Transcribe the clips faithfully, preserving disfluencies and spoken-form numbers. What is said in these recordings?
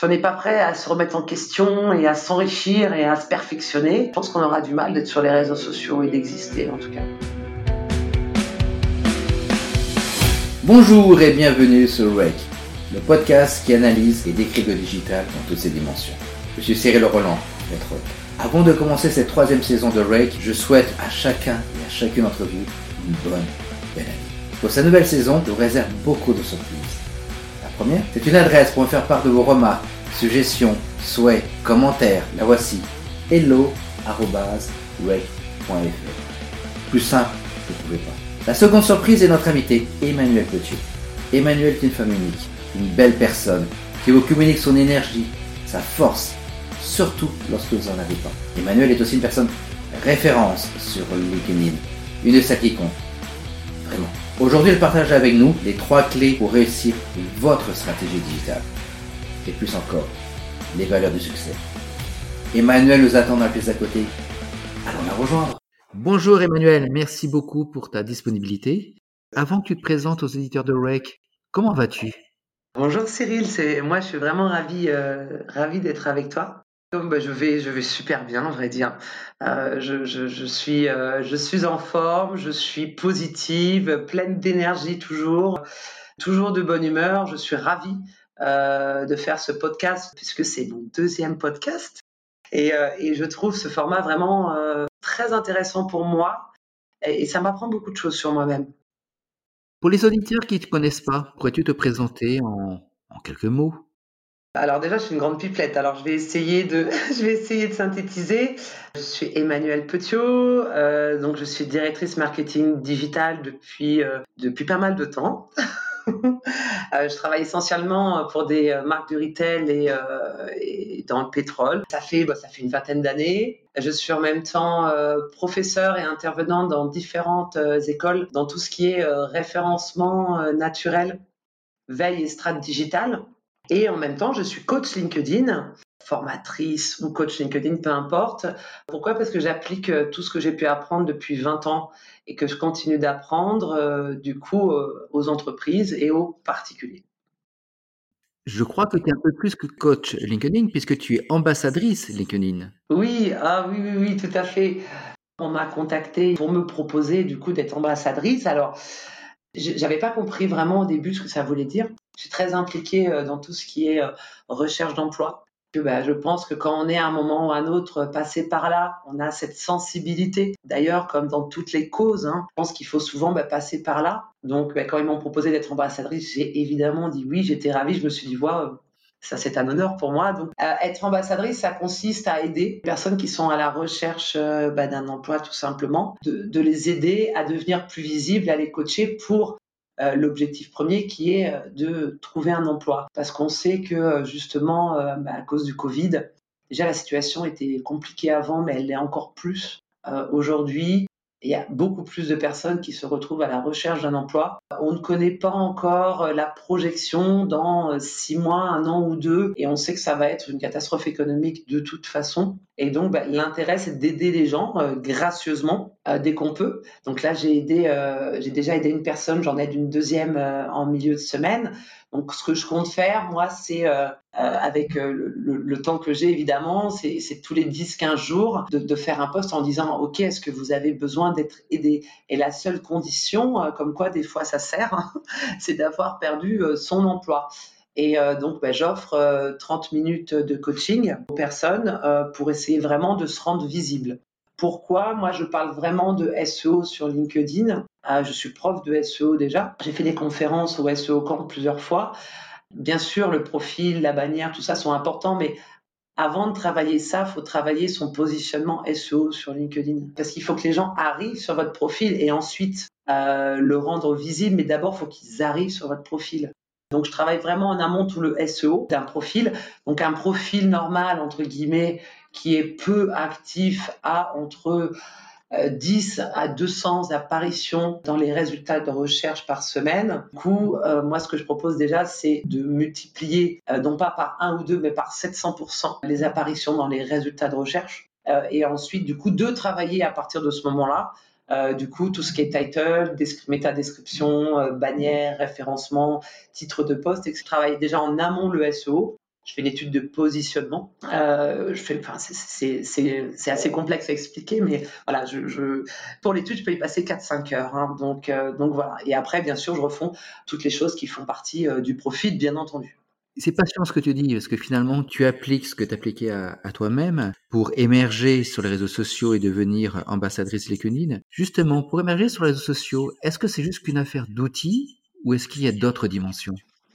si on n'est pas prêt à se remettre en question et à s'enrichir et à se perfectionner, je pense qu'on aura du mal d'être sur les réseaux sociaux et d'exister en tout cas. Bonjour et bienvenue sur Rake, le podcast qui analyse et décrit le digital dans toutes ses dimensions. Je suis Cyril Roland, maître hôte. Avant de commencer cette troisième saison de Rake, je souhaite à chacun et à chacune d'entre vous une bonne, belle année. Pour cette nouvelle saison, je vous réserve beaucoup de surprises. La première, c'est une adresse pour me faire part de vos remarques, suggestions, souhaits, commentaires. La voici, hello arobase rake point f r. Plus simple, je ne pouvais pas. La seconde surprise est notre invité, Emmanuelle Petiot. Emmanuelle est une femme unique, une belle personne, qui vous communique son énergie, sa force, surtout lorsque vous en avez pas. Emmanuelle est aussi une personne référence sur LinkedIn, une de celles qui compte. Vraiment. Aujourd'hui, elle partage avec nous les trois clés pour réussir votre stratégie digitale. Et plus encore, les valeurs du succès. Emmanuelle nous attend dans la pièce à côté. Allons la rejoindre. Bonjour Emmanuelle, merci beaucoup pour ta disponibilité. Avant que tu te présentes aux éditeurs de Rake, comment vas-tu ? Bonjour Cyril, c'est moi je suis vraiment ravie euh, ravie d'être avec toi. Donc, bah, je vais je vais super bien, à vrai dire. Euh, je, je, je suis euh, je suis en forme, je suis positive, pleine d'énergie toujours, toujours de bonne humeur. Je suis ravie euh, de faire ce podcast puisque c'est mon deuxième podcast et, euh, et je trouve ce format vraiment euh, très intéressant pour moi et, et ça m'apprend beaucoup de choses sur moi-même. Pour les auditeurs qui ne te connaissent pas, pourrais-tu te présenter en, en quelques mots ? Alors déjà, je suis une grande pipelette. Alors je vais essayer de, je vais essayer de synthétiser. Je suis Emmanuelle Petiot, euh, donc je suis directrice marketing digital depuis euh, depuis pas mal de temps. euh, je travaille essentiellement pour des marques de retail et, euh, et dans le pétrole. Ça fait bah, ça fait une vingtaine d'années. Je suis en même temps euh, professeure et intervenante dans différentes euh, écoles dans tout ce qui est euh, référencement euh, naturel, veille et strat digital. Et en même temps, je suis coach LinkedIn, formatrice ou coach LinkedIn, peu importe. Pourquoi ? Parce que j'applique tout ce que j'ai pu apprendre depuis vingt ans et que je continue d'apprendre euh, du coup euh, aux entreprises et aux particuliers. Je crois que tu es un peu plus que coach LinkedIn puisque tu es ambassadrice LinkedIn. Oui, ah oui, oui, oui, tout à fait. On m'a contacté pour me proposer du coup d'être ambassadrice. Alors, j'avais pas compris vraiment au début ce que ça voulait dire. Je suis très impliquée dans tout ce qui est recherche d'emploi. Que, bah, je pense que quand on est à un moment ou à un autre passé par là, on a cette sensibilité. D'ailleurs, comme dans toutes les causes, hein, je pense qu'il faut souvent bah, passer par là. Donc, bah, quand ils m'ont proposé d'être ambassadrice, j'ai évidemment dit oui, j'étais ravie. Je me suis dit, waouh, ça c'est un honneur pour moi. Donc, euh, être ambassadrice, ça consiste à aider les personnes qui sont à la recherche euh, bah, d'un emploi, tout simplement, de, de les aider à devenir plus visibles, à les coacher pour Euh, l'objectif premier qui est euh, de trouver un emploi. Parce qu'on sait que euh, justement, euh, bah, à cause du Covid, déjà la situation était compliquée avant, mais elle l'est encore plus euh, aujourd'hui. Il y a beaucoup plus de personnes qui se retrouvent à la recherche d'un emploi. On ne connaît pas encore la projection dans six mois, un an ou deux, et on sait que ça va être une catastrophe économique de toute façon. Et donc, bah, l'intérêt, c'est d'aider les gens euh, gracieusement euh, dès qu'on peut. Donc là, j'ai aidé, euh, j'ai déjà aidé une personne, j'en aide une deuxième euh, en milieu de semaine. Donc, ce que je compte faire, moi, c'est euh, euh, avec euh, le, le, le temps que j'ai, évidemment, c'est, c'est tous les dix quinze jours de, de faire un post en disant « Ok, est-ce que vous avez besoin d'être aidé ?» Et la seule condition, euh, comme quoi des fois ça sert, hein, c'est d'avoir perdu euh, son emploi. Et euh, donc, bah, j'offre euh, trente minutes de coaching aux personnes euh, pour essayer vraiment de se rendre visible. Pourquoi ? Moi, je parle vraiment de S E O sur LinkedIn. Euh, je suis prof de S E O déjà. J'ai fait des conférences au S E O Camp plusieurs fois. Bien sûr, le profil, la bannière, tout ça sont importants, mais avant de travailler ça, il faut travailler son positionnement S E O sur LinkedIn. Parce qu'il faut que les gens arrivent sur votre profil et ensuite euh, le rendre visible, mais d'abord, il faut qu'ils arrivent sur votre profil. Donc, je travaille vraiment en amont tout le S E O d'un profil. Donc, un profil normal, entre guillemets, qui est peu actif à entre euh, dix à deux cents apparitions dans les résultats de recherche par semaine. Du coup, euh, moi, ce que je propose déjà, c'est de multiplier, euh, non pas par un ou deux, mais par sept cents pour cent les apparitions dans les résultats de recherche. Euh, et ensuite, du coup, de travailler à partir de ce moment-là, euh, du coup, tout ce qui est title, descri- métadescription, euh, bannière, référencement, titre de poste, et que je travaille déjà en amont le S E O. Je fais une étude de positionnement. Euh, je fais, enfin, c'est, c'est, c'est, c'est assez complexe à expliquer, mais voilà, je, je, pour l'étude, je peux y passer quatre cinq heures. Hein, donc, euh, donc voilà. Et après, bien sûr, je refonds toutes les choses qui font partie euh, du profit, bien entendu. C'est passionnant ce que tu dis, parce que finalement, tu appliques ce que tu appliquais à, à toi-même pour émerger sur les réseaux sociaux et devenir ambassadrice LinkedIn. Justement, pour émerger sur les réseaux sociaux, est-ce que c'est juste qu'une affaire d'outils ou est-ce qu'il y a d'autres dimensions?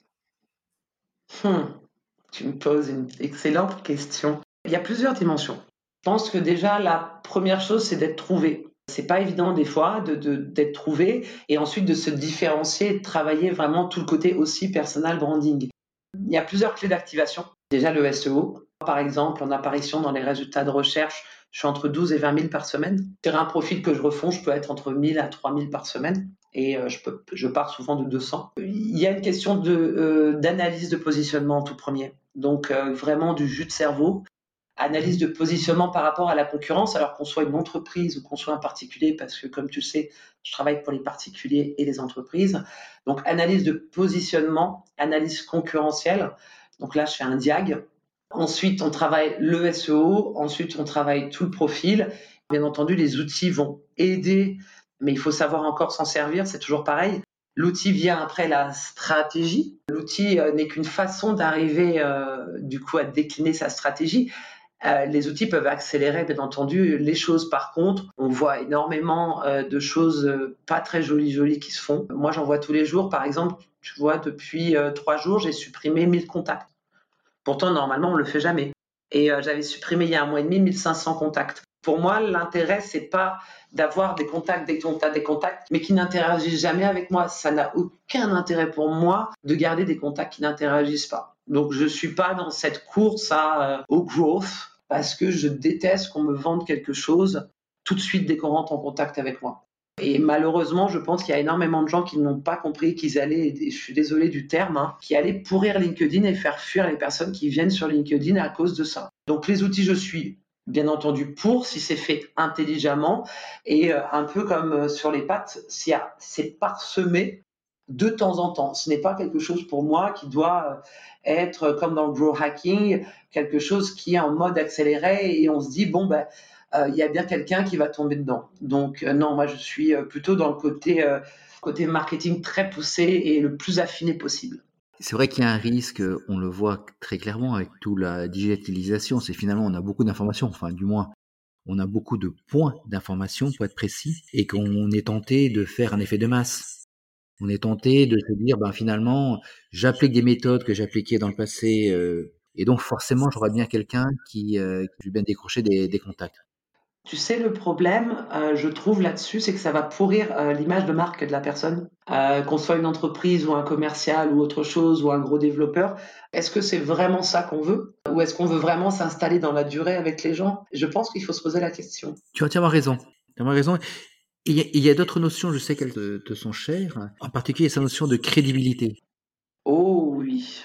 Hmm. Tu me poses une excellente question. Il y a plusieurs dimensions. Je pense que déjà, la première chose, c'est d'être trouvé. C'est pas évident des fois de, de, d'être trouvé et ensuite de se différencier et de travailler vraiment tout le côté aussi personal branding. Il y a plusieurs clés d'activation. Déjà le S E O. Par exemple, en apparition dans les résultats de recherche, je suis entre douze et vingt mille par semaine. Sur un profil que je refonds, je peux être entre mille à trois mille par semaine. Et je, peux, je pars souvent de deux cents. Il y a une question de, euh, d'analyse de positionnement en tout premier. Donc euh, vraiment du jus de cerveau. Analyse de positionnement par rapport à la concurrence, alors qu'on soit une entreprise ou qu'on soit un particulier, parce que comme tu le sais, je travaille pour les particuliers et les entreprises. Donc analyse de positionnement, analyse concurrentielle. Donc là, je fais un diag. Ensuite, on travaille le S E O. Ensuite, on travaille tout le profil. Bien entendu, les outils vont aider, mais il faut savoir encore s'en servir. C'est toujours pareil. L'outil vient après la stratégie. L'outil euh, n'est qu'une façon d'arriver euh, du coup à décliner sa stratégie. Euh, les outils peuvent accélérer, bien entendu, les choses. Par contre, on voit énormément euh, de choses euh, pas très jolies, jolies qui se font. Moi, j'en vois tous les jours. Par exemple, tu vois, depuis euh, trois jours, j'ai supprimé mille contacts. Pourtant, normalement, on le fait jamais. Et euh, j'avais supprimé il y a un mois et demi mille cinq cents contacts. Pour moi, l'intérêt, c'est pas d'avoir des contacts, des contacts, des contacts, mais qui n'interagissent jamais avec moi. Ça n'a aucun intérêt pour moi de garder des contacts qui n'interagissent pas. Donc, je suis pas dans cette course à, euh, au growth parce que je déteste qu'on me vende quelque chose tout de suite dès qu'on rentre en contact avec moi. Et malheureusement, je pense qu'il y a énormément de gens qui n'ont pas compris qu'ils allaient, je suis désolée du terme, hein, qui allaient pourrir LinkedIn et faire fuir les personnes qui viennent sur LinkedIn à cause de ça. Donc les outils, je suis bien entendu pour, si c'est fait intelligemment et euh, un peu comme euh, sur les pattes, si c'est parsemé de temps en temps. Ce n'est pas quelque chose pour moi qui doit être comme dans le growth hacking, quelque chose qui est en mode accéléré et on se dit, bon, ben, il euh, y a bien quelqu'un qui va tomber dedans. Donc euh, non, moi je suis plutôt dans le côté, euh, côté marketing très poussé et le plus affiné possible. C'est vrai qu'il y a un risque, on le voit très clairement avec toute la digitalisation, c'est finalement on a beaucoup d'informations, enfin du moins on a beaucoup de points d'information pour être précis et qu'on est tenté de faire un effet de masse. On est tenté de se dire, ben finalement, j'applique des méthodes que j'appliquais dans le passé euh, et donc forcément j'aurai bien quelqu'un qui, euh, qui va bien décrocher des, des contacts. Tu sais, le problème, euh, je trouve là-dessus, c'est que ça va pourrir euh, l'image de marque de la personne. Euh, qu'on soit une entreprise ou un commercial ou autre chose ou un gros développeur, est-ce que c'est vraiment ça qu'on veut? Ou est-ce qu'on veut vraiment s'installer dans la durée avec les gens? Je pense qu'il faut se poser la question. Tu as entièrement raison. Tu as raison. Il y a, il y a d'autres notions, je sais qu'elles te, te sont chères, en particulier sa notion de crédibilité. Oh oui.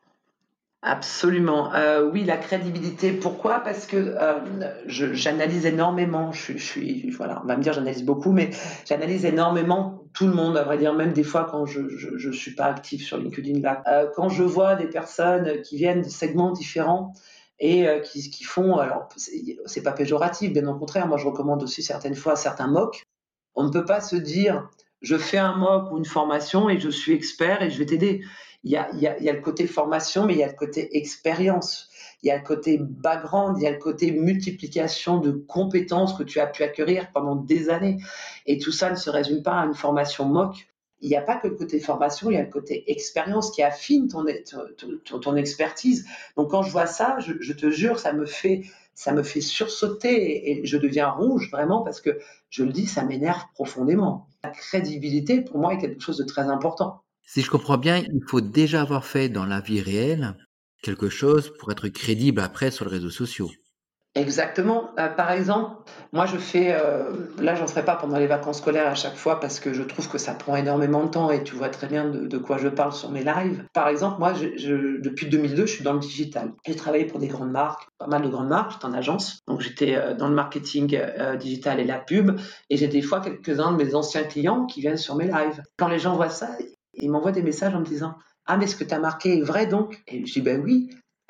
Absolument. Euh, oui, la crédibilité. Pourquoi? Parce que euh, je, j'analyse énormément. Je, je suis, voilà, on va me dire j'analyse beaucoup, mais j'analyse énormément tout le monde. À vrai dire, même des fois quand je je, je suis pas active sur LinkedIn là, euh, quand je vois des personnes qui viennent de segments différents et euh, qui qui font, alors c'est, c'est pas péjoratif, bien au contraire. Moi, je recommande aussi certaines fois certains M O C. On ne peut pas se dire je fais un M O C ou une formation et je suis expert et je vais t'aider. Il y a, il y a, il y a le côté formation, mais il y a le côté expérience, il y a le côté background, il y a le côté multiplication de compétences que tu as pu acquérir pendant des années. Et tout ça ne se résume pas à une formation M O C. Il n'y a pas que le côté formation, il y a le côté expérience qui affine ton, ton, ton expertise. Donc quand je vois ça, je, je te jure, ça me fait, ça me fait sursauter et je deviens rouge vraiment parce que, je le dis, ça m'énerve profondément. La crédibilité, pour moi, est quelque chose de très important. Si je comprends bien, il faut déjà avoir fait dans la vie réelle quelque chose pour être crédible après sur les réseaux sociaux. Exactement. Euh, par exemple, moi je fais, euh, là j'en ferai pas pendant les vacances scolaires à chaque fois parce que je trouve que ça prend énormément de temps et tu vois très bien de, de quoi je parle sur mes lives. Par exemple, moi je, je, depuis deux mille deux, je suis dans le digital. J'ai travaillé pour des grandes marques, pas mal de grandes marques, j'étais en agence. Donc j'étais euh, dans le marketing euh, digital et la pub et j'ai des fois quelques-uns de mes anciens clients qui viennent sur mes lives. Quand les gens voient ça, ils m'envoient des messages en me disant « Ah mais ce que tu as marqué est vrai donc ?» Et je dis « Ben oui ».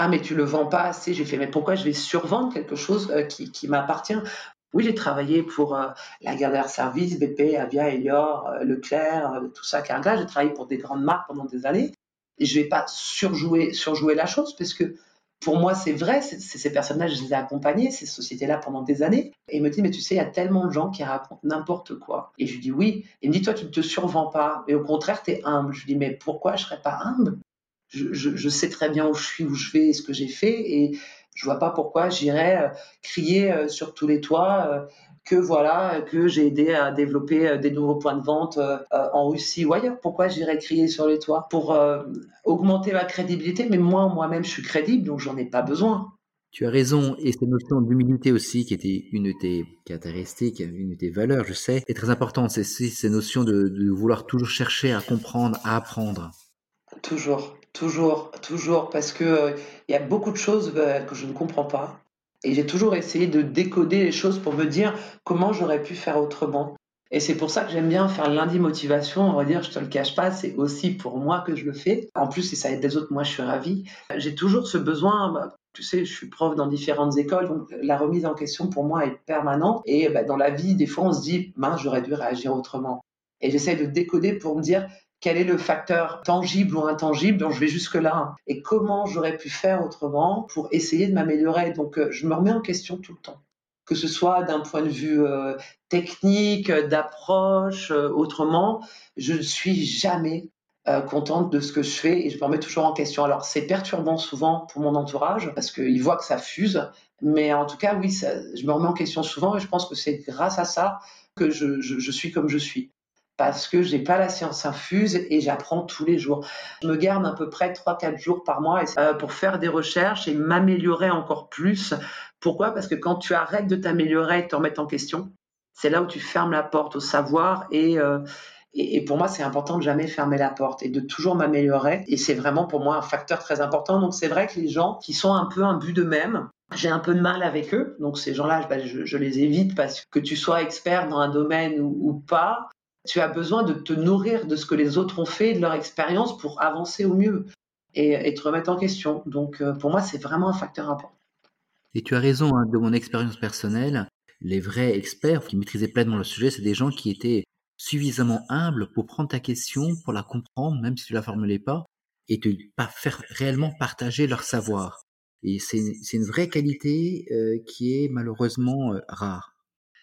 Ah, mais tu le vends pas assez. J'ai fait, mais pourquoi je vais survendre quelque chose euh, qui, qui m'appartient? Oui, j'ai travaillé pour euh, la Gardère Service, B P, Avia, Elior, euh, Leclerc, euh, tout ça, Carglass. J'ai travaillé pour des grandes marques pendant des années. Et je vais pas surjouer, surjouer la chose, parce que pour moi, c'est vrai, c'est, c'est ces personnes-là, je les ai accompagnées, ces sociétés-là, pendant des années. Et il me dit, mais tu sais, il y a tellement de gens qui racontent n'importe quoi. Et je lui dis, oui. Il me dit, toi, tu ne te survends pas. Et au contraire, tu es humble. Je lui dis, mais pourquoi je serais pas humble? je, je, je sais très bien où je suis, où je vais, ce que j'ai fait, et je vois pas pourquoi j'irais euh, crier euh, sur tous les toits euh, que voilà que j'ai aidé à développer euh, des nouveaux points de vente euh, euh, en Russie ou ailleurs. Pourquoi j'irais crier sur les toits pour euh, augmenter ma crédibilité? Mais moi, moi-même, je suis crédible, donc j'en ai pas besoin. Tu as raison, et cette notion d'humilité aussi, qui était une de tes caractéristiques, une de tes valeurs, je sais, est très importante. C'est aussi cette notion de, de vouloir toujours chercher à comprendre, à apprendre. Toujours, toujours, toujours, parce que euh, il y a beaucoup de choses euh, que je ne comprends pas. Et j'ai toujours essayé de décoder les choses pour me dire comment j'aurais pu faire autrement. Et c'est pour ça que j'aime bien faire lundi motivation. On va dire, je te le cache pas, c'est aussi pour moi que je le fais. En plus, si ça aide les autres, moi, je suis ravie. J'ai toujours ce besoin. Bah, tu sais, je suis prof dans différentes écoles, donc la remise en question pour moi est permanente. Et bah, dans la vie, des fois, on se dit, mince, j'aurais dû réagir autrement. Et j'essaie de décoder pour me dire quel est le facteur tangible ou intangible dont je vais jusque-là et comment j'aurais pu faire autrement pour essayer de m'améliorer. Donc, euh, je me remets en question tout le temps, que ce soit d'un point de vue euh, technique, d'approche, euh, autrement. Je ne suis jamais euh, contente de ce que je fais et je me remets toujours en question. Alors, c'est perturbant souvent pour mon entourage parce qu'ils voient que ça fuse, mais en tout cas, oui, ça, je me remets en question souvent et je pense que c'est grâce à ça que je, je, je suis comme je suis. Parce que j'ai pas la science infuse et j'apprends tous les jours. Je me garde à peu près trois quatre jours par mois euh, pour faire des recherches et m'améliorer encore plus. Pourquoi? Parce que quand tu arrêtes de t'améliorer et de te remettre en question, c'est là où tu fermes la porte au savoir et, euh, et, et pour moi, c'est important de jamais fermer la porte et de toujours m'améliorer. Et c'est vraiment pour moi un facteur très important. Donc c'est vrai que les gens qui sont un peu imbus d'eux-mêmes, j'ai un peu de mal avec eux. Donc ces gens-là, bah, je, je les évite parce que tu sois expert dans un domaine ou, ou pas, tu as besoin de te nourrir de ce que les autres ont fait, de leur expérience pour avancer au mieux et, et te remettre en question. Donc euh, pour moi, c'est vraiment un facteur important. Et tu as raison, hein, de mon expérience personnelle, les vrais experts qui maîtrisaient pleinement le sujet, c'est des gens qui étaient suffisamment humbles pour prendre ta question, pour la comprendre, même si tu la formulais pas, et te pas faire réellement partager leur savoir. Et c'est, c'est une vraie qualité euh, qui est malheureusement euh, rare.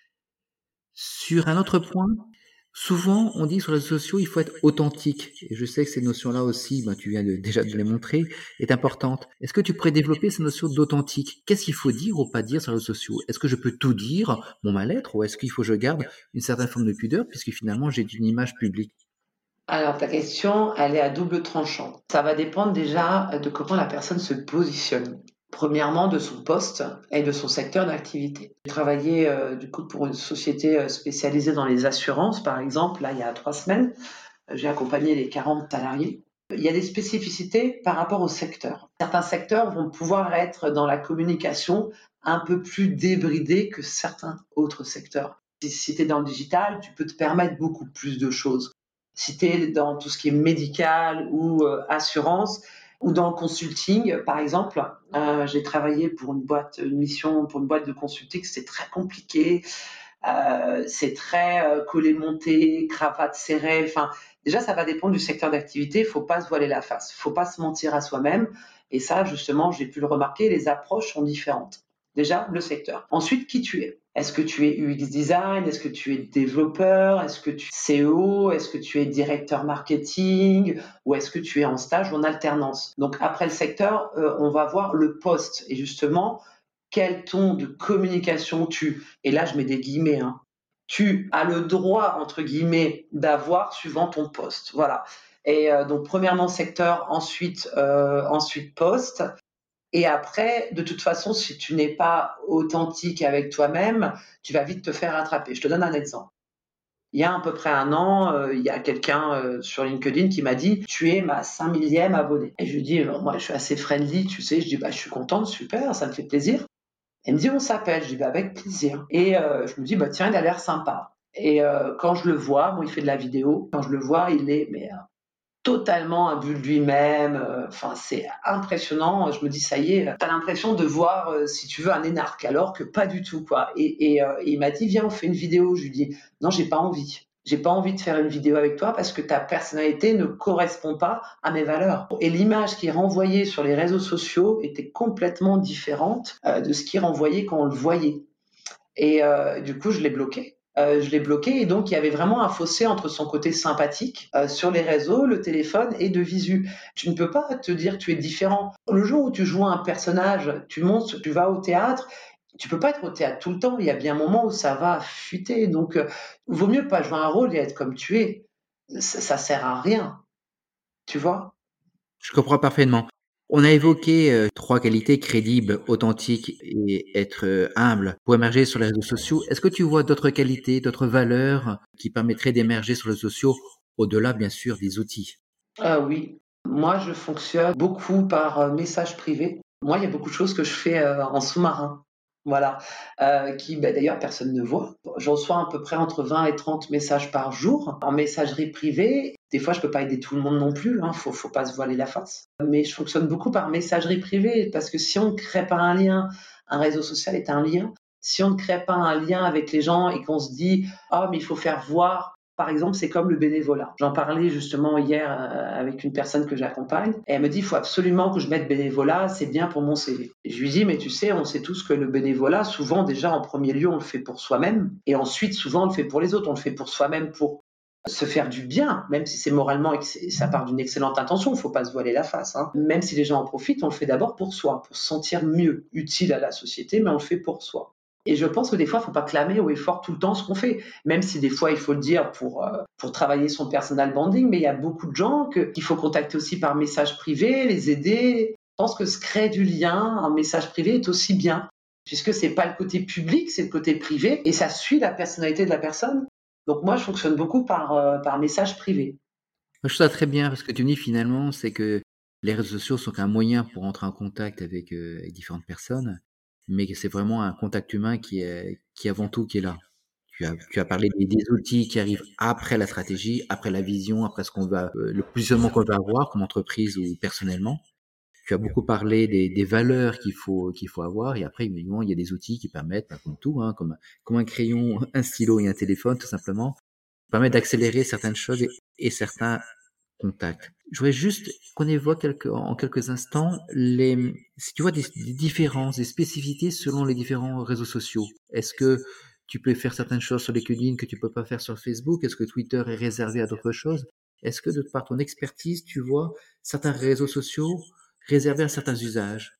Sur un autre point, souvent on dit sur les réseaux sociaux il faut être authentique. Et je sais que cette notion-là aussi, ben, tu viens de, déjà de les montrer, est importante. Est-ce que tu pourrais développer cette notion d'authentique? Qu'est-ce qu'il faut dire ou pas dire sur les réseaux sociaux? Est-ce que je peux tout dire, mon mal-être, ou est-ce qu'il faut que je garde une certaine forme de pudeur puisque finalement j'ai une image publique? Alors ta question, elle est à double tranchant. Ça va dépendre déjà de comment la personne se positionne. Premièrement, de son poste et de son secteur d'activité. J'ai travaillé euh, du coup pour une société euh, spécialisée dans les assurances, par exemple, là il y a trois semaines. J'ai accompagné les quarante salariés. Il y a des spécificités par rapport au secteur. Certains secteurs vont pouvoir être dans la communication un peu plus débridés que certains autres secteurs. Si tu es dans le digital, tu peux te permettre beaucoup plus de choses. Si tu es dans tout ce qui est médical ou euh, assurance, ou dans le consulting, par exemple, euh, j'ai travaillé pour une boîte, une mission pour une boîte de consulting, c'est très compliqué, euh, c'est très euh, collé monté, cravate serrée. Enfin, déjà, ça va dépendre du secteur d'activité. Il faut pas se voiler la face, il faut pas se mentir à soi-même. Et ça, justement, j'ai pu le remarquer, les approches sont différentes. Déjà, le secteur. Ensuite, qui tu es. Est-ce que tu es U X design? Est-ce que tu es développeur? Est-ce que tu es C E O? Est-ce que tu es directeur marketing? Ou est-ce que tu es en stage ou en alternance? Donc, après le secteur, euh, on va voir le poste. Et justement, quel ton de communication tu, et là je mets des guillemets, hein, tu as le droit, entre guillemets, d'avoir suivant ton poste. Voilà. Et euh, donc, premièrement, secteur, ensuite, euh, ensuite poste. Et après, de toute façon, si tu n'es pas authentique avec toi-même, tu vas vite te faire rattraper. Je te donne un exemple. Il y a à peu près un an, euh, il y a quelqu'un euh, sur LinkedIn qui m'a dit « Tu es ma cinq millième abonnée ». Et je lui dis « Moi, je suis assez friendly, tu sais. » Je dis bah, « Je suis contente, super, ça me fait plaisir. » Elle me dit « On s'appelle ». Je dis bah, « Avec plaisir ». Et euh, je me dis bah, « Tiens, il a l'air sympa ». Et euh, quand je le vois, moi, il fait de la vidéo. Quand je le vois, il est mais, euh, totalement imbu de lui-même. Enfin, c'est impressionnant. Je me dis, ça y est, t'as l'impression de voir, euh, si tu veux, un énarque, alors que pas du tout, quoi. Et, et, euh, et il m'a dit, viens, on fait une vidéo. Je lui dis, non, j'ai pas envie. J'ai pas envie de faire une vidéo avec toi parce que ta personnalité ne correspond pas à mes valeurs. Et l'image qui est renvoyée sur les réseaux sociaux était complètement différente euh, de ce qui est renvoyé quand on le voyait. Et euh, du coup, je l'ai bloqué. Euh, je l'ai bloqué et donc il y avait vraiment un fossé entre son côté sympathique euh, sur les réseaux, le téléphone et de visu. Tu ne peux pas te dire que tu es différent. Le jour où tu joues un personnage, tu montes, tu vas au théâtre, tu peux pas être au théâtre tout le temps. Il y a bien un moment où ça va fuiter. Donc, euh, vaut mieux pas jouer un rôle et être comme tu es. Ça, ça sert à rien. Tu vois? Je comprends parfaitement. On a évoqué euh, trois qualités crédibles, authentiques et être euh, humble pour émerger sur les réseaux sociaux. Est-ce que tu vois d'autres qualités, d'autres valeurs qui permettraient d'émerger sur les réseaux sociaux, au-delà bien sûr des outils? Ah oui. Moi, je fonctionne beaucoup par euh, message privé. Moi, il y a beaucoup de choses que je fais euh, en sous-marin. Voilà. Euh, qui, bah, d'ailleurs, personne ne voit. Je reçois à peu près entre vingt et trente messages par jour en messagerie privée. Des fois, je peux pas aider tout le monde non plus. Hein. Faut, faut pas se voiler la face. Mais je fonctionne beaucoup par messagerie privée parce que si on ne crée pas un lien, un réseau social est un lien. Si on ne crée pas un lien avec les gens et qu'on se dit, oh, mais il faut faire voir. Par exemple, c'est comme le bénévolat. J'en parlais justement hier euh, avec une personne que j'accompagne et elle me dit il faut absolument que je mette bénévolat, c'est bien pour mon C V. Et je lui dis mais tu sais, on sait tous que le bénévolat, souvent déjà en premier lieu, on le fait pour soi-même et ensuite souvent on le fait pour les autres. On le fait pour soi-même pour se faire du bien, même si c'est moralement et que ça part d'une excellente intention, il ne faut pas se voiler la face. Hein. Même si les gens en profitent, on le fait d'abord pour soi, pour se sentir mieux, utile à la société, mais on le fait pour soi. Et je pense que des fois, il ne faut pas clamer haut et fort tout le temps ce qu'on fait, même si des fois, il faut le dire pour, euh, pour travailler son personal branding, mais il y a beaucoup de gens que, qu'il faut contacter aussi par message privé, les aider. Je pense que se créer du lien en message privé est aussi bien, puisque ce n'est pas le côté public, c'est le côté privé, et ça suit la personnalité de la personne. Donc moi, je fonctionne beaucoup par, euh, par message privé. Je trouve ça très bien parce que tu me dis finalement, c'est que les réseaux sociaux sont qu'un moyen pour entrer en contact avec, euh, avec différentes personnes, mais que c'est vraiment un contact humain qui est, qui est avant tout qui est là. Tu as, tu as parlé des, des outils qui arrivent après la stratégie, après la vision, après ce qu'on va, euh, le positionnement qu'on va avoir comme entreprise ou personnellement. Tu as beaucoup parlé des, des valeurs qu'il faut qu'il faut avoir et après évidemment il y a des outils qui permettent, bah, comme tout, hein, comme comme un crayon, un stylo et un téléphone tout simplement, permettent d'accélérer certaines choses et, et certains contacts. Je voudrais juste qu'on évoque quelques, en quelques instants les, si tu vois des, des différences, des spécificités selon les différents réseaux sociaux. Est-ce que tu peux faire certaines choses sur LinkedIn que tu peux pas faire sur Facebook? Est-ce que Twitter est réservé à d'autres choses? Est-ce que de par ton expertise, tu vois certains réseaux sociaux réservés à certains usages?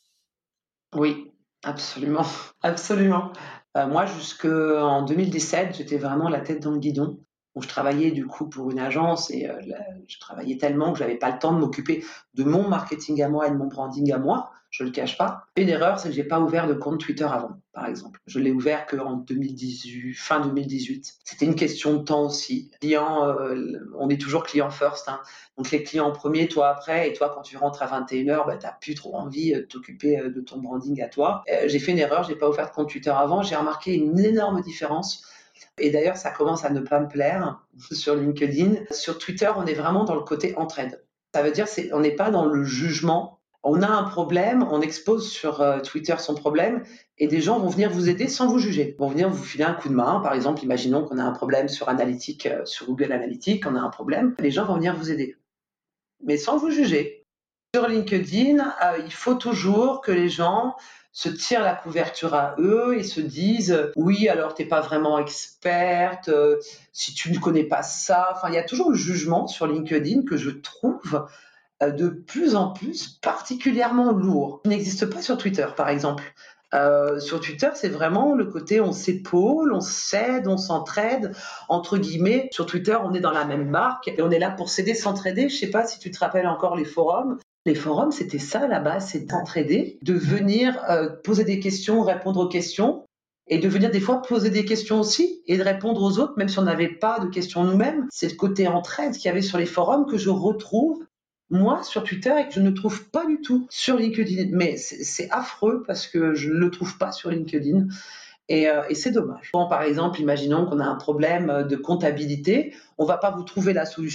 Oui, absolument, absolument. Euh, moi, jusqu'en deux mille dix-sept, j'étais vraiment la tête dans le guidon. Où je travaillais du coup pour une agence et euh, là, je travaillais tellement que j'avais pas le temps de m'occuper de mon marketing à moi et de mon branding à moi. Je le cache pas. Une erreur, c'est que j'ai pas ouvert de compte Twitter avant, par exemple. Je l'ai ouvert qu'en deux mille dix-huit, fin deux mille dix-huit. C'était une question de temps aussi. Client, euh, on est toujours client first. Hein. Donc les clients en premier, toi après, et toi quand tu rentres à vingt et une heures, bah, tu n'as plus trop envie de t'occuper de ton branding à toi. Euh, j'ai fait une erreur, je n'ai pas ouvert de compte Twitter avant, j'ai remarqué une énorme différence. Et d'ailleurs, ça commence à ne pas me plaire sur LinkedIn. Sur Twitter, on est vraiment dans le côté entraide. Ça veut dire qu'on n'est pas dans le jugement. On a un problème, on expose sur euh, Twitter son problème et des gens vont venir vous aider sans vous juger. Ils vont venir vous filer un coup de main. Par exemple, imaginons qu'on a un problème sur Analytics, euh, sur Google Analytics, on a un problème. Les gens vont venir vous aider, mais sans vous juger. Sur LinkedIn, euh, il faut toujours que les gens se tirent la couverture à eux et se disent euh, oui, alors t'es pas vraiment experte, euh, si tu ne connais pas ça. Enfin, il y a toujours le jugement sur LinkedIn que je trouve euh, de plus en plus particulièrement lourd. Il n'existe pas sur Twitter, par exemple. Euh, sur Twitter, c'est vraiment le côté on s'épaule, on s'aide, on s'entraide, entre guillemets. Sur Twitter, on est dans la même barque et on est là pour s'aider, s'entraider. Je sais pas si tu te rappelles encore les forums. Les forums, c'était ça là-bas, c'est s'entraider, de venir euh, poser des questions, répondre aux questions, et de venir des fois poser des questions aussi, et de répondre aux autres, même si on n'avait pas de questions nous-mêmes. C'est le côté entraide qu'il y avait sur les forums que je retrouve, moi, sur Twitter, et que je ne trouve pas du tout sur LinkedIn. Mais c'est, c'est affreux, parce que je ne le trouve pas sur LinkedIn. Et, euh, et c'est dommage. Bon, par exemple, imaginons qu'on a un problème de comptabilité, on ne va pas vous trouver la solution,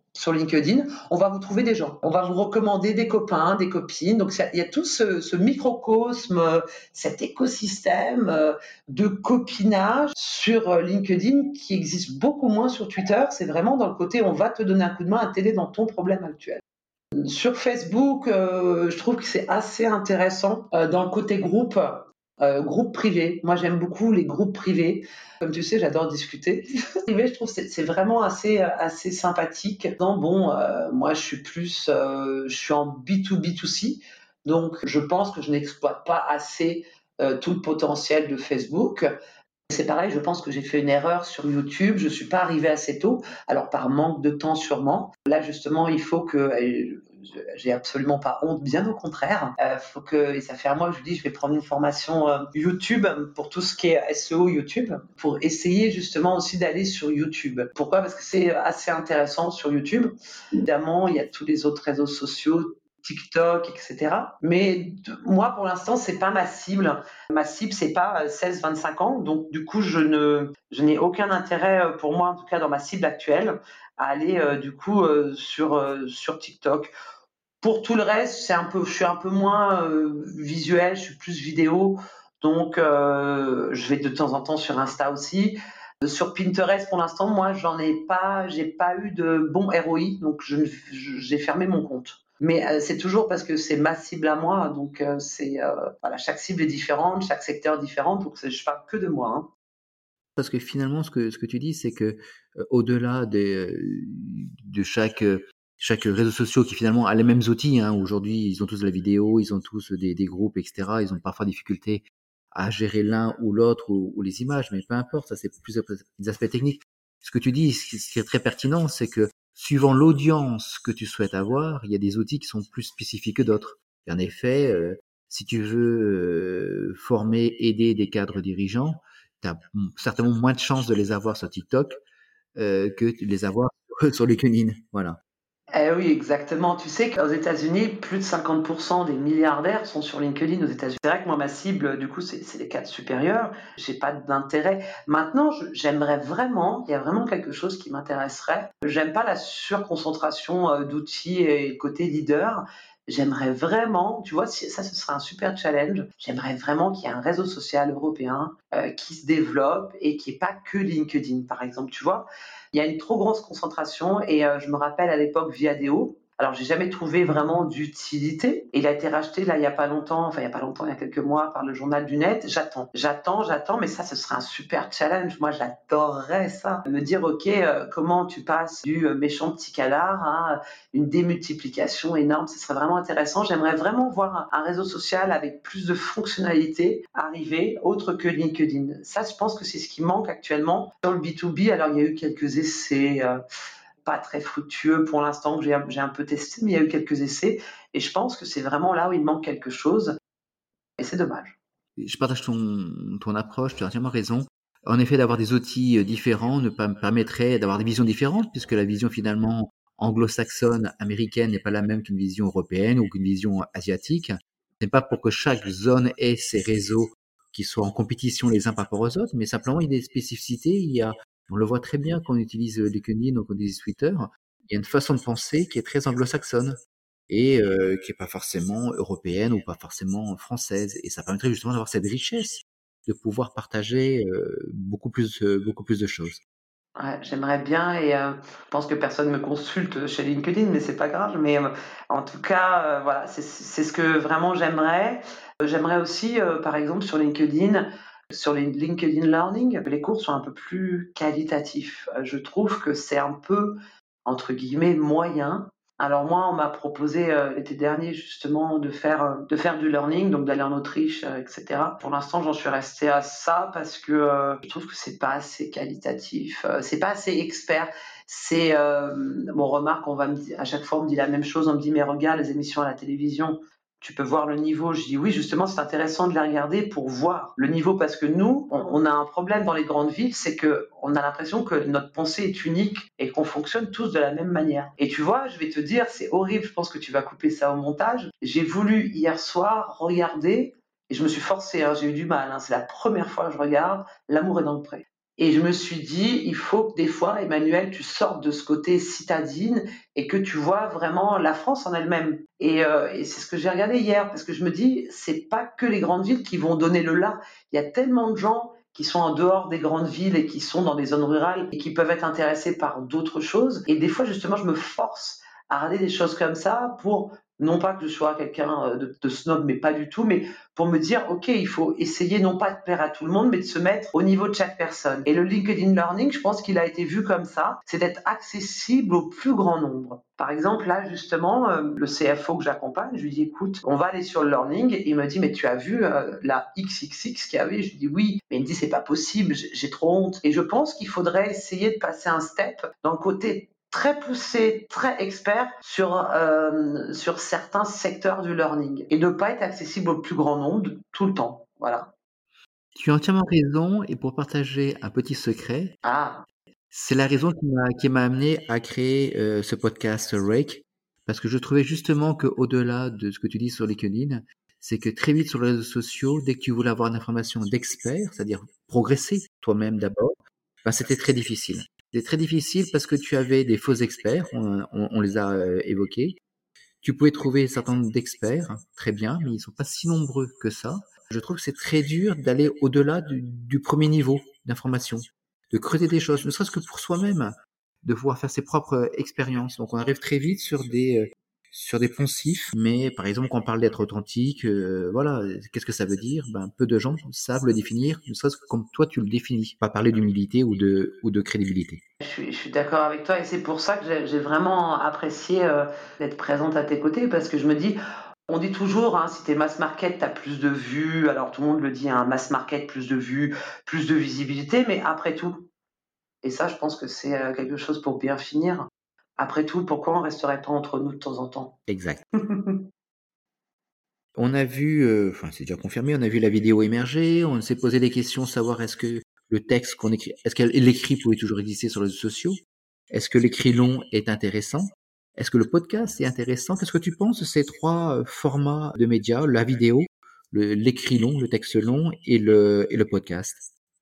sur LinkedIn, on va vous trouver des gens. On va vous recommander des copains, des copines. Donc, il y a tout ce, ce microcosme, cet écosystème de copinage sur LinkedIn qui existe beaucoup moins sur Twitter. C'est vraiment dans le côté on va te donner un coup de main à t'aider dans ton problème actuel. Sur Facebook, euh, je trouve que c'est assez intéressant euh, dans le côté groupe. Euh, groupe privé. Moi, j'aime beaucoup les groupes privés. Comme tu sais, j'adore discuter. Privé, je trouve que c'est, c'est vraiment assez, assez sympathique. Donc, bon, euh, moi, je suis plus, euh, je suis en B deux B deux C. Donc, je pense que je n'exploite pas assez euh, tout le potentiel de Facebook. C'est pareil, je pense que j'ai fait une erreur sur YouTube. Je suis pas arrivée assez tôt. Alors, par manque de temps, sûrement. Là, justement, il faut que, j'ai absolument pas honte, bien au contraire. Euh, faut que, et ça fait un mois que je dis, je vais prendre une formation euh, YouTube pour tout ce qui est S E O YouTube, pour essayer justement aussi d'aller sur YouTube. Pourquoi ? Parce que c'est assez intéressant sur YouTube. Évidemment, il y a tous les autres réseaux sociaux, TikTok, et cetera. Mais moi, pour l'instant, c'est pas ma cible. Ma cible, c'est pas seize vingt-cinq ans. Donc, du coup, je ne, je n'ai aucun intérêt, pour moi, en tout cas, dans ma cible actuelle, à aller, euh, du coup, euh, sur, euh, sur TikTok. Pour tout le reste, c'est un peu, je suis un peu moins euh, visuel, je suis plus vidéo. Donc, euh, je vais de temps en temps sur Insta aussi. Sur Pinterest, pour l'instant, moi, j'en ai pas, j'ai pas eu de bon R O I, donc je, je, j'ai fermé mon compte. Mais euh, c'est toujours parce que c'est ma cible à moi, donc euh, c'est euh, voilà, chaque cible est différente, chaque secteur est différent, donc je parle que de moi. Hein. Parce que finalement, ce que ce que tu dis, c'est que euh, au-delà des, euh, de chaque euh, chaque réseau social qui finalement a les mêmes outils. Hein, aujourd'hui, ils ont tous de la vidéo, ils ont tous des, des groupes, et cetera. Ils ont parfois difficulté à gérer l'un ou l'autre ou, ou les images, mais peu importe, ça c'est plus des aspects techniques. Ce que tu dis, ce qui est très pertinent, c'est que suivant l'audience que tu souhaites avoir, il y a des outils qui sont plus spécifiques que d'autres. Et en effet, euh, si tu veux euh, former, aider des cadres dirigeants, tu as certainement moins de chances de les avoir sur TikTok euh, que de les avoir sur LinkedIn. Voilà. Eh oui, exactement. Tu sais qu'aux États-Unis, plus de cinquante pour cent des milliardaires sont sur LinkedIn aux États-Unis. C'est vrai que moi, ma cible, du coup, c'est, c'est les cadres supérieurs. J'ai pas d'intérêt. Maintenant, je, j'aimerais vraiment, il y a vraiment quelque chose qui m'intéresserait. J'aime pas la surconcentration euh, d'outils et côté leader. J'aimerais vraiment, tu vois, si, ça, ce serait un super challenge. J'aimerais vraiment qu'il y ait un réseau social européen euh, qui se développe et qui n'est pas que LinkedIn, par exemple, tu vois. Il y a une trop grosse concentration et euh, je me rappelle à l'époque Viadeo. Alors, j'ai jamais trouvé vraiment d'utilité. Il a été racheté là il y a pas longtemps, enfin il y a pas longtemps, il y a quelques mois par le journal du net. J'attends, j'attends, j'attends, mais ça, ce serait un super challenge. Moi, j'adorerais ça. Me dire, ok, euh, comment tu passes du euh, méchant petit canard à une démultiplication énorme. Ce serait vraiment intéressant. J'aimerais vraiment voir un, un réseau social avec plus de fonctionnalités arriver, autre que LinkedIn. Ça, je pense que c'est ce qui manque actuellement sur le B deux B. Alors, il y a eu quelques essais. Euh, pas très fructueux pour l'instant que j'ai, j'ai un peu testé, mais il y a eu quelques essais et je pense que c'est vraiment là où il manque quelque chose et c'est dommage. Je partage ton, ton approche, tu as entièrement raison. En effet, d'avoir des outils différents ne permettrait d'avoir des visions différentes puisque la vision finalement anglo-saxonne, américaine n'est pas la même qu'une vision européenne ou qu'une vision asiatique. Ce n'est pas pour que chaque zone ait ses réseaux qui soient en compétition les uns par rapport aux autres, mais simplement il y a des spécificités, il y a on le voit très bien quand on utilise LinkedIn ou quand on utilise Twitter. Il y a une façon de penser qui est très anglo-saxonne et euh, qui est pas forcément européenne ou pas forcément française. Et ça permettrait justement d'avoir cette richesse, de pouvoir partager euh, beaucoup plus, euh, beaucoup plus de choses. Ouais, j'aimerais bien et euh, je pense que personne me consulte chez LinkedIn, mais c'est pas grave. Mais euh, en tout cas, euh, voilà, c'est, c'est ce que vraiment j'aimerais. Euh, j'aimerais aussi, euh, par exemple, sur LinkedIn. Sur les LinkedIn Learning, les cours sont un peu plus qualitatifs. Je trouve que c'est un peu, entre guillemets, moyen. Alors moi, on m'a proposé euh, l'été dernier justement de faire euh, de faire du learning, donc d'aller en Autriche, euh, et cetera. Pour l'instant, j'en suis restée à ça parce que euh, je trouve que c'est pas assez qualitatif, euh, c'est pas assez expert. C'est euh, bon, remarque, on va me dire, à chaque fois on me dit la même chose, on me dit mais regarde les émissions à la télévision. Tu peux voir le niveau. Je dis oui, justement, c'est intéressant de les regarder pour voir le niveau parce que nous, on, on a un problème dans les grandes villes, c'est que on a l'impression que notre pensée est unique et qu'on fonctionne tous de la même manière. Et tu vois, je vais te dire, c'est horrible, je pense que tu vas couper ça au montage. J'ai voulu hier soir regarder et je me suis forcée, hein, j'ai eu du mal, hein, c'est la première fois que je regarde L'amour est dans le pré. Et je me suis dit, il faut que des fois, Emmanuel, tu sortes de ce côté citadine et que tu vois vraiment la France en elle-même. Et, euh, et c'est ce que j'ai regardé hier, parce que je me dis, c'est pas que les grandes villes qui vont donner le là. Il y a tellement de gens qui sont en dehors des grandes villes et qui sont dans des zones rurales et qui peuvent être intéressés par d'autres choses. Et des fois, justement, je me force à regarder des choses comme ça pour, non pas que je sois quelqu'un de, de snob, mais pas du tout, mais pour me dire, OK, il faut essayer non pas de plaire à tout le monde, mais de se mettre au niveau de chaque personne. Et le LinkedIn Learning, je pense qu'il a été vu comme ça, c'est d'être accessible au plus grand nombre. Par exemple, là, justement, euh, le C F O que j'accompagne, je lui dis, écoute, on va aller sur le learning. Et il me dit, mais tu as vu euh, la X X X qu'il y avait? Je lui dis, oui. Mais il me dit, c'est pas possible, j'ai, j'ai trop honte. Et je pense qu'il faudrait essayer de passer un step dans le côté très poussé, très expert sur, euh, sur certains secteurs du learning et de ne pas être accessible au plus grand nombre tout le temps. Voilà. Tu as entièrement raison, et pour partager un petit secret, Ah, c'est la raison qui m'a, qui m'a amené à créer euh, ce podcast Rake, parce que je trouvais justement qu'au-delà de ce que tu dis sur LinkedIn, c'est que très vite sur les réseaux sociaux, dès que tu voulais avoir une information d'expert, c'est-à-dire progresser toi-même d'abord, ben, c'était très difficile. C'était très difficile parce que tu avais des faux experts, on, on, on les a euh, évoqués. Tu pouvais trouver un certain nombre d'experts, très bien, mais ils sont pas si nombreux que ça. Je trouve que c'est très dur d'aller au-delà du, du premier niveau d'information, de creuser des choses, ne serait-ce que pour soi-même, de pouvoir faire ses propres expériences. Donc on arrive très vite sur des euh, sur des poncifs, mais par exemple quand on parle d'être authentique, euh, voilà, qu'est-ce que ça veut dire? Ben peu de gens savent le définir, ne serait-ce que comme toi tu le définis. Pas parler d'humilité ou de ou de crédibilité. je suis, je suis d'accord avec toi et c'est pour ça que j'ai, j'ai vraiment apprécié euh, d'être présente à tes côtés parce que je me dis, on dit toujours, hein, si t'es mass market, t'as plus de vues. Alors tout le monde le dit, hein, mass market, plus de vues, plus de visibilité, mais après tout, et ça je pense que c'est euh, quelque chose pour bien finir, après tout, pourquoi on resterait pas entre nous de temps en temps? Exact. On a vu, euh, enfin c'est déjà confirmé, on a vu la vidéo émerger, on s'est posé des questions, savoir est-ce que le texte qu'on écrit, est-ce que l'écrit pouvait toujours exister sur les réseaux sociaux? Est-ce que l'écrit long est intéressant? Est-ce que le podcast est intéressant? Qu'est-ce que tu penses de ces trois euh, formats de médias, la vidéo, le- l'écrit long, le texte long et le, et le podcast?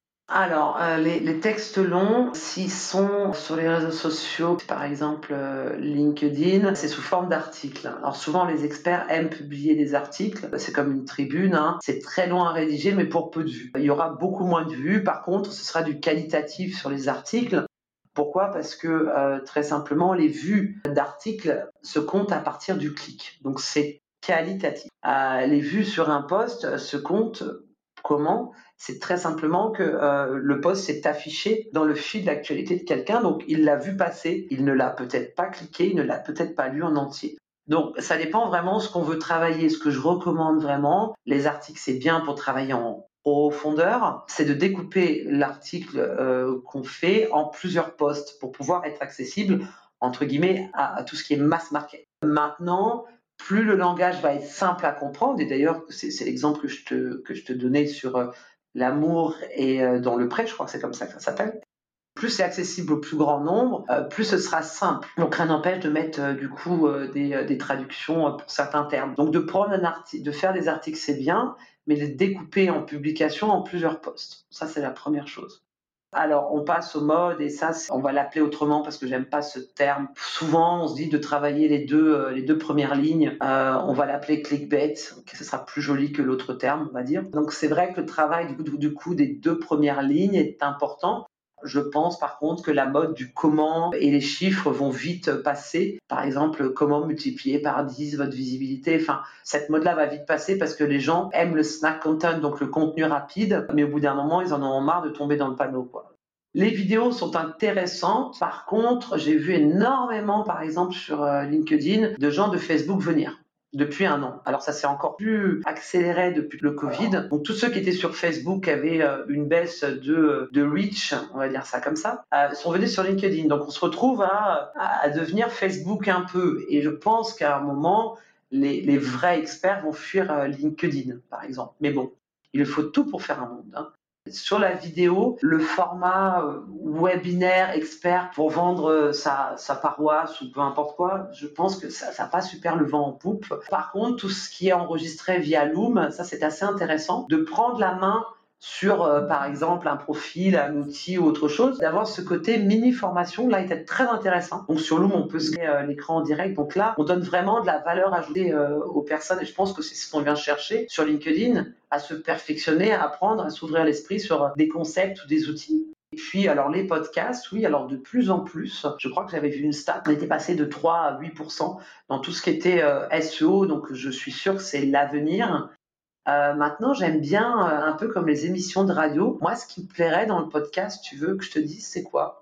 Alors, euh, les, les textes longs, s'ils sont sur les réseaux sociaux, par exemple euh, LinkedIn, c'est sous forme d'articles. Alors souvent, les experts aiment publier des articles. C'est comme une tribune, hein. C'est très long à rédiger, mais pour peu de vues. Il y aura beaucoup moins de vues. Par contre, ce sera du qualitatif sur les articles. Pourquoi? Parce que euh, très simplement, les vues d'articles se comptent à partir du clic. Donc c'est qualitatif. Euh, les vues sur un post se comptent comment? C'est très simplement que euh, le post s'est affiché dans le fil d'actualité de quelqu'un, donc il l'a vu passer, il ne l'a peut-être pas cliqué, il ne l'a peut-être pas lu en entier. Donc ça dépend vraiment de ce qu'on veut travailler, ce que je recommande vraiment. Les articles, c'est bien pour travailler en profondeur, c'est de découper l'article euh, qu'on fait en plusieurs posts pour pouvoir être accessible, entre guillemets, à, à tout ce qui est mass market. Maintenant, plus le langage va être simple à comprendre, et d'ailleurs, c'est, c'est l'exemple que je te, que je te donnais sur euh, l'amour et euh, dans le prêt, je crois que c'est comme ça que ça s'appelle. Plus c'est accessible au plus grand nombre, euh, plus ce sera simple. Donc rien n'empêche de mettre euh, du coup euh, des, euh, des traductions euh, pour certains termes. Donc de prendre un article, de faire des articles, c'est bien, mais de les découper en publication en plusieurs postes. Ça, c'est la première chose. Alors, on passe au mode et ça, on va l'appeler autrement parce que j'aime pas ce terme. Souvent, on se dit de travailler les deux, euh, les deux premières lignes. Euh, on va l'appeler clickbait, que ce sera plus joli que l'autre terme, on va dire. Donc, c'est vrai que le travail du coup, du coup des deux premières lignes est important. Je pense par contre que la mode du comment et les chiffres vont vite passer. Par exemple, comment multiplier par dix votre visibilité. Enfin, cette mode-là va vite passer parce que les gens aiment le snack content, donc le contenu rapide, mais au bout d'un moment, ils en ont marre de tomber dans le panneau, quoi. Les vidéos sont intéressantes. Par contre, j'ai vu énormément, par exemple, sur euh, LinkedIn, de gens de Facebook venir depuis un an. Alors ça s'est encore plus accéléré depuis le Covid. Donc tous ceux qui étaient sur Facebook avaient euh, une baisse de, de reach, on va dire ça comme ça, euh, sont venus sur LinkedIn. Donc on se retrouve à, à, à devenir Facebook un peu. Et je pense qu'à un moment, les, les vrais experts vont fuir euh, LinkedIn, par exemple. Mais bon, il faut tout pour faire un monde, hein. Sur la vidéo, le format euh, webinaire expert pour vendre euh, sa, sa paroisse ou peu importe quoi, je pense que ça n'a pas super le vent en poupe. Par contre, tout ce qui est enregistré via Loom, ça c'est assez intéressant de prendre la main sur, euh, par exemple, un profil, un outil ou autre chose, d'avoir ce côté mini-formation, là, était très intéressant. Donc, sur Loom, on peut se créer euh, l'écran en direct. Donc là, on donne vraiment de la valeur ajoutée euh, aux personnes. Et je pense que c'est ce qu'on vient chercher sur LinkedIn, à se perfectionner, à apprendre, à s'ouvrir l'esprit sur euh, des concepts ou des outils. Et puis, alors, les podcasts, oui, alors de plus en plus, je crois que j'avais vu une stat, on était passé de trois à huit pour cent dans tout ce qui était euh, S E O. Donc, je suis sûr que c'est l'avenir. Euh, maintenant, j'aime bien, euh, un peu comme les émissions de radio. Moi, ce qui me plairait dans le podcast, tu veux que je te dise, c'est quoi?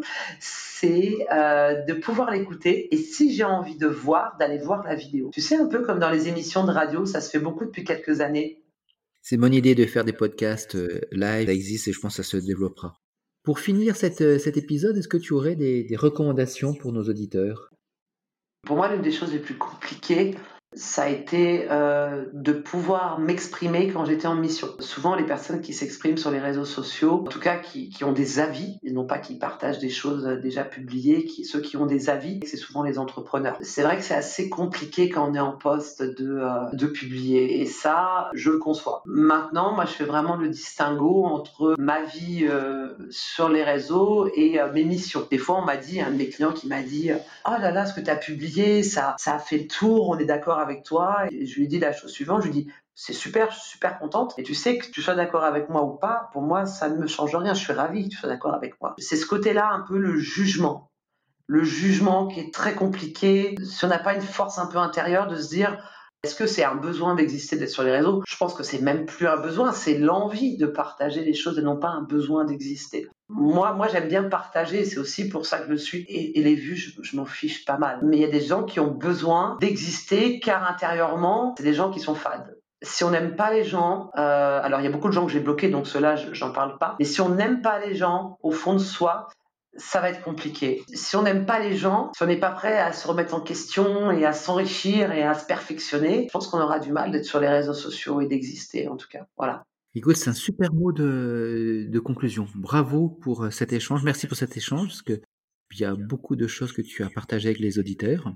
C'est euh, de pouvoir l'écouter et si j'ai envie de voir, d'aller voir la vidéo. Tu sais, un peu comme dans les émissions de radio, ça se fait beaucoup depuis quelques années. C'est mon idée de faire des podcasts euh, live, ça existe et je pense que ça se développera. Pour finir cette, euh, cet épisode, est-ce que tu aurais des, des recommandations pour nos auditeurs? Pour moi, l'une des choses les plus compliquées, ça a été euh, de pouvoir m'exprimer quand j'étais en mission. Souvent, les personnes qui s'expriment sur les réseaux sociaux, en tout cas qui, qui ont des avis, et non pas qui partagent des choses déjà publiées, qui, ceux qui ont des avis, c'est souvent les entrepreneurs. C'est vrai que c'est assez compliqué quand on est en poste de, euh, de publier, et ça, je le conçois. Maintenant, moi, je fais vraiment le distinguo entre ma vie euh, sur les réseaux et euh, mes missions. Des fois, on m'a dit, un de mes clients qui m'a dit « Oh là là, ce que tu as publié, ça, ça a fait le tour, on est d'accord avec toi. » Et je lui ai dit la chose suivante, je lui ai dit « C'est super, je suis super contente. Et tu sais que tu sois d'accord avec moi ou pas, pour moi, ça ne me change rien. Je suis ravie que tu sois d'accord avec moi. » C'est ce côté-là, un peu le jugement. Le jugement qui est très compliqué. Si on n'a pas une force un peu intérieure de se dire « Est-ce que c'est un besoin d'exister, d'être sur les réseaux ?» Je pense que c'est même plus un besoin, c'est l'envie de partager les choses et non pas un besoin d'exister. Moi, moi, j'aime bien partager, c'est aussi pour ça que je le suis. Et, et les vues, je, je m'en fiche pas mal. Mais il y a des gens qui ont besoin d'exister, car intérieurement, c'est des gens qui sont fades. Si on n'aime pas les gens, euh, alors il y a beaucoup de gens que j'ai bloqués, donc ceux-là, je, j'en parle pas. Mais si on n'aime pas les gens, au fond de soi, ça va être compliqué. Si on n'aime pas les gens, si on n'est pas prêt à se remettre en question et à s'enrichir et à se perfectionner, je pense qu'on aura du mal d'être sur les réseaux sociaux et d'exister, en tout cas. Voilà. Écoute, c'est un super mot de, de conclusion. Bravo pour cet échange. Merci pour cet échange, parce que il y a beaucoup de choses que tu as partagées avec les auditeurs.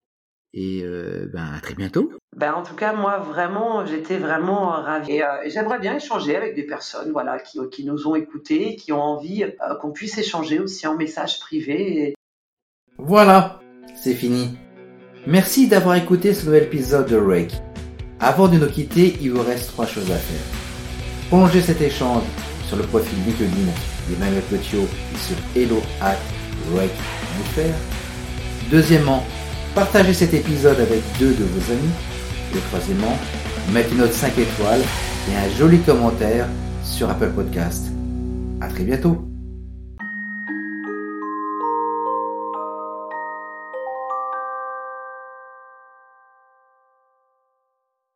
Et euh, ben, à très bientôt. Ben, en tout cas, moi, vraiment, j'étais vraiment euh, ravie. Et, euh, et j'aimerais bien échanger avec des personnes voilà, qui, qui nous ont écoutés, qui ont envie euh, qu'on puisse échanger aussi en message privé. Et... Voilà, c'est fini. Merci d'avoir écouté ce nouvel épisode de Rake. Avant de nous quitter, il vous reste trois choses à faire. Prolongez cet échange sur le profil LinkedIn d'Emmanuel Petiot et sur hello at rake point f r. Deuxièmement, partagez cet épisode avec deux de vos amis. Et troisièmement, mettez une note cinq étoiles et un joli commentaire sur Apple Podcast. À très bientôt.